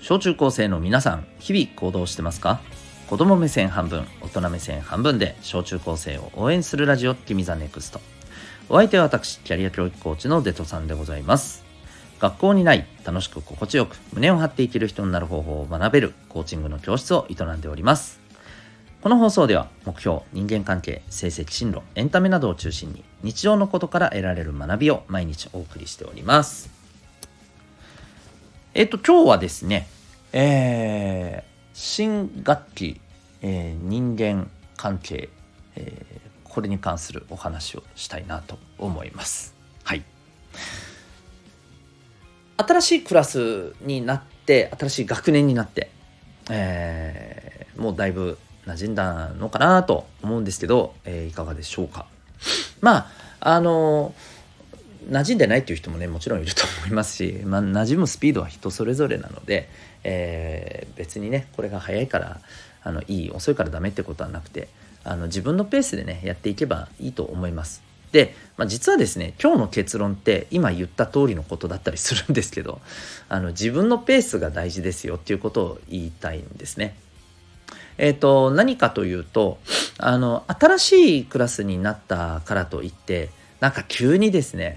小中高生の皆さん、日々行動してますか？子供目線半分、大人目線半分で小中高生を応援するラジオ、君ザネクスト。お相手は私、キャリア教育コーチのデトさんでございます。学校にない楽しく心地よく胸を張って生きる人になる方法を学べるコーチングの教室を営んでおります。この放送では目標、人間関係、成績、進路、エンタメなどを中心に日常のことから得られる学びを毎日お送りしております。今日はですね、新学期、人間関係、これに関するお話をしたいなと思います。はい。新しいクラスになって、新しい学年になって、もうだいぶ馴染んだのかなと思うんですけど、いかがでしょうか。馴染んでないっていう人もねもちろんいると思いますし、馴染むスピードは人それぞれなので、別にねこれが早いからいい、遅いからダメってことはなくて、自分のペースでねやっていけばいいと思います。で、実はですね、今日の結論って今言った通りのことだったりするんですけど、自分のペースが大事ですよっていうことを言いたいんですね。何かというと、新しいクラスになったからといってなんか急にですね、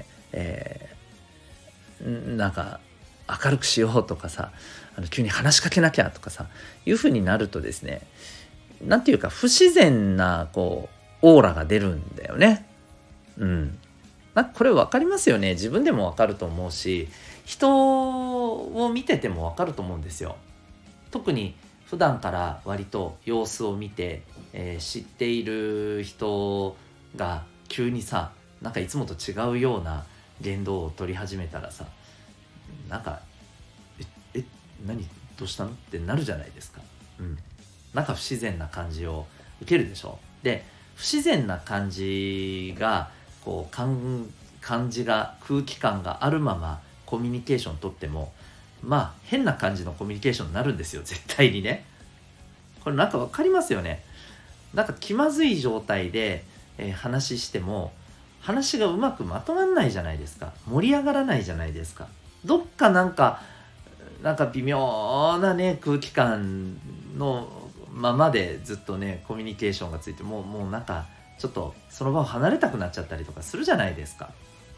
なんか明るくしようとかさ、急に話しかけなきゃとかさいう風になるとですね、なんていうか不自然なオーラが出るんだよね。これ分かりますよね。自分でも分かると思うし、人を見てても分かると思うんですよ。特に普段から割と様子を見て、知っている人が急にさ、なんかいつもと違うような言動を取り始めたらさ、なんか何どうしたのってなるじゃないですか。なんか不自然な感じを受けるでしょ。で、不自然な感じが感じが空気感があるままコミュニケーション取っても変な感じのコミュニケーションになるんですよ、絶対にね。これなんかわかりますよね。なんか気まずい状態で、話しても話がうまくまとまんないじゃないですか。盛り上がらないじゃないですか。どっかなんか微妙なね空気感のままでずっとねコミュニケーションがついてもうなんかちょっとその場を離れたくなっちゃったりとかするじゃないですか。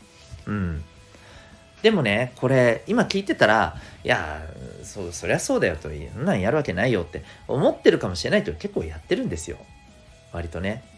でもね、これ今聞いてたら、いやそりゃそうだよと、そんなんやるわけないよって思ってるかもしれないけど、結構やってるんですよ、割とね。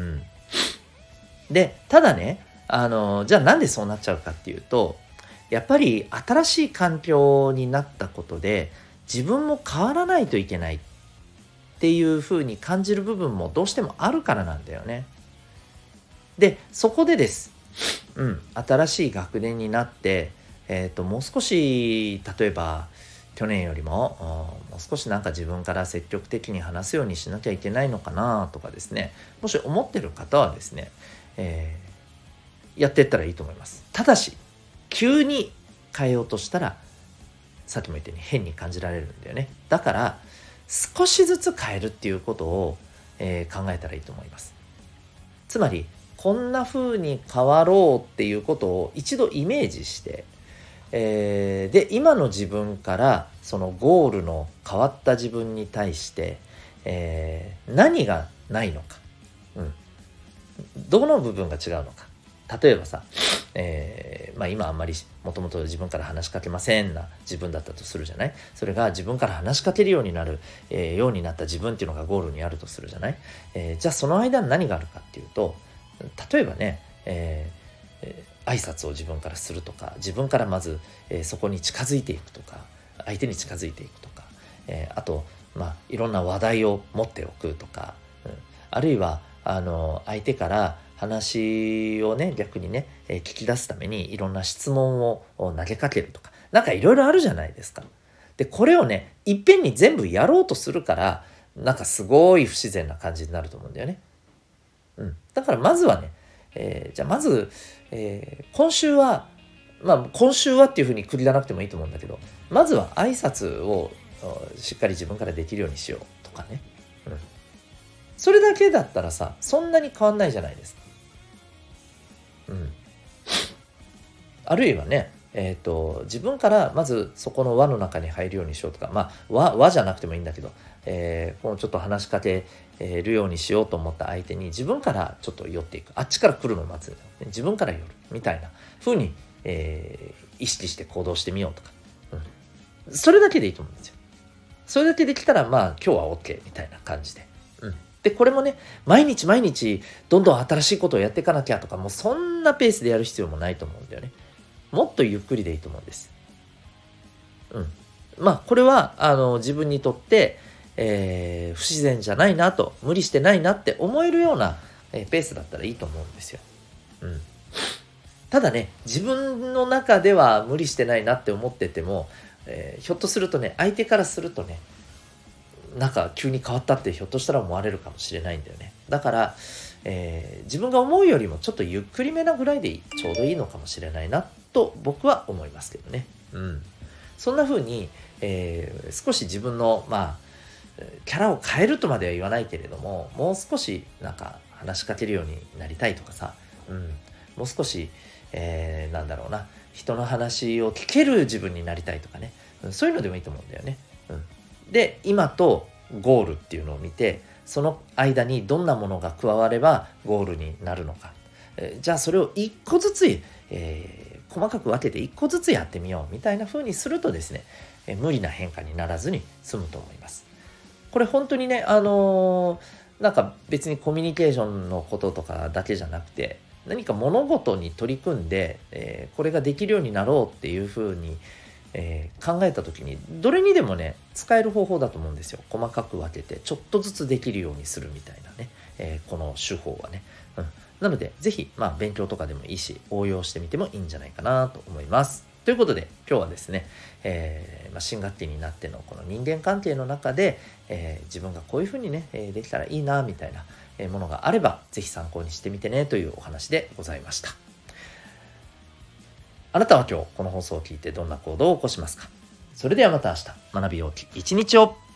で、ただね、じゃあなんでそうなっちゃうかっていうと、やっぱり新しい環境になったことで自分も変わらないといけないっていう風に感じる部分もどうしてもあるからなんだよね。で、そこでです。新しい学年になって、もう少し例えば去年よりももう少しなんか自分から積極的に話すようにしなきゃいけないのかなとかですね、もし思ってる方はですね、やっていったらいいと思います。ただし急に変えようとしたら、さっきも言ったように変に感じられるんだよね。だから少しずつ変えるっていうことを、考えたらいいと思います。つまりこんな風に変わろうっていうことを一度イメージして、で今の自分からそのゴールの変わった自分に対して、何がないのか、どの部分が違うのか。例えばさ、今あんまりもともと自分から話しかけませんな自分だったとするじゃない。それが自分から話しかけるようになる、ようになった自分っていうのがゴールにあるとするじゃない。じゃあその間に何があるかっていうと、例えばね、挨拶を自分からするとか、自分からまず、そこに近づいていくとか、相手に近づいていくとか、あといろんな話題を持っておくとか、あるいは相手から話をね逆にね、聞き出すためにいろんな質問を投げかけるとか、なんかいろいろあるじゃないですか。でこれをねいっぺんに全部やろうとするから、なんかすごい不自然な感じになると思うんだよね。だからまずはね、じゃあまず、今週はっていうふうに区切らなくてもいいと思うんだけど、まずは挨拶をしっかり自分からできるようにしようとかね。それだけだったらさ、そんなに変わんないじゃないですか。あるいはね、 自分からまずそこの輪の中に入るようにしようとか、輪じゃなくてもいいんだけど、このちょっと話しかけるようにしようと思った相手に自分からちょっと寄っていく、あっちから来るのを待つ、自分から寄るみたいな風に、意識して行動してみようとか、それだけでいいと思うんですよ。それだけできたら今日は OK みたいな感じで、でこれもね、毎日毎日どんどん新しいことをやっていかなきゃとか、もうそんなペースでやる必要もないと思うんだよね。もっとゆっくりでいいと思うんです。これは自分にとって、不自然じゃないなと、無理してないなって思えるような、ペースだったらいいと思うんですよ。ただね、自分の中では無理してないなって思ってても、ひょっとするとね、相手からするとね、なんか急に変わったってひょっとしたら思われるかもしれないんだよね。だから、自分が思うよりもちょっとゆっくりめなぐらいでちょうどいいのかもしれないなと僕は思いますけどね。そんな風に、少し自分のキャラを変えるとまでは言わないけれども、もう少しなんか話しかけるようになりたいとかさ、もう少し、人の話を聞ける自分になりたいとかね、そういうのでもいいと思うんだよね。で、今とゴールっていうのを見て、その間にどんなものが加わればゴールになるのか、じゃあそれを一個ずつ、細かく分けて一個ずつやってみようみたいな風にするとですね、無理な変化にならずに済むと思います。これ本当にね、なんか別にコミュニケーションのこととかだけじゃなくて、何か物事に取り組んで、これができるようになろうっていう風に、考えた時にどれにでもね使える方法だと思うんですよ。細かく分けてちょっとずつできるようにするみたいなね、この手法はね、なのでぜひ勉強とかでもいいし応用してみてもいいんじゃないかなと思います。ということで今日はですね、新学期になってのこの人間関係の中で、自分がこういうふうにね、できたらいいなみたいなものがあればぜひ参考にしてみてねというお話でございました。あなたは今日この放送を聞いてどんな行動を起こしますか？それではまた明日、学びようき一日を。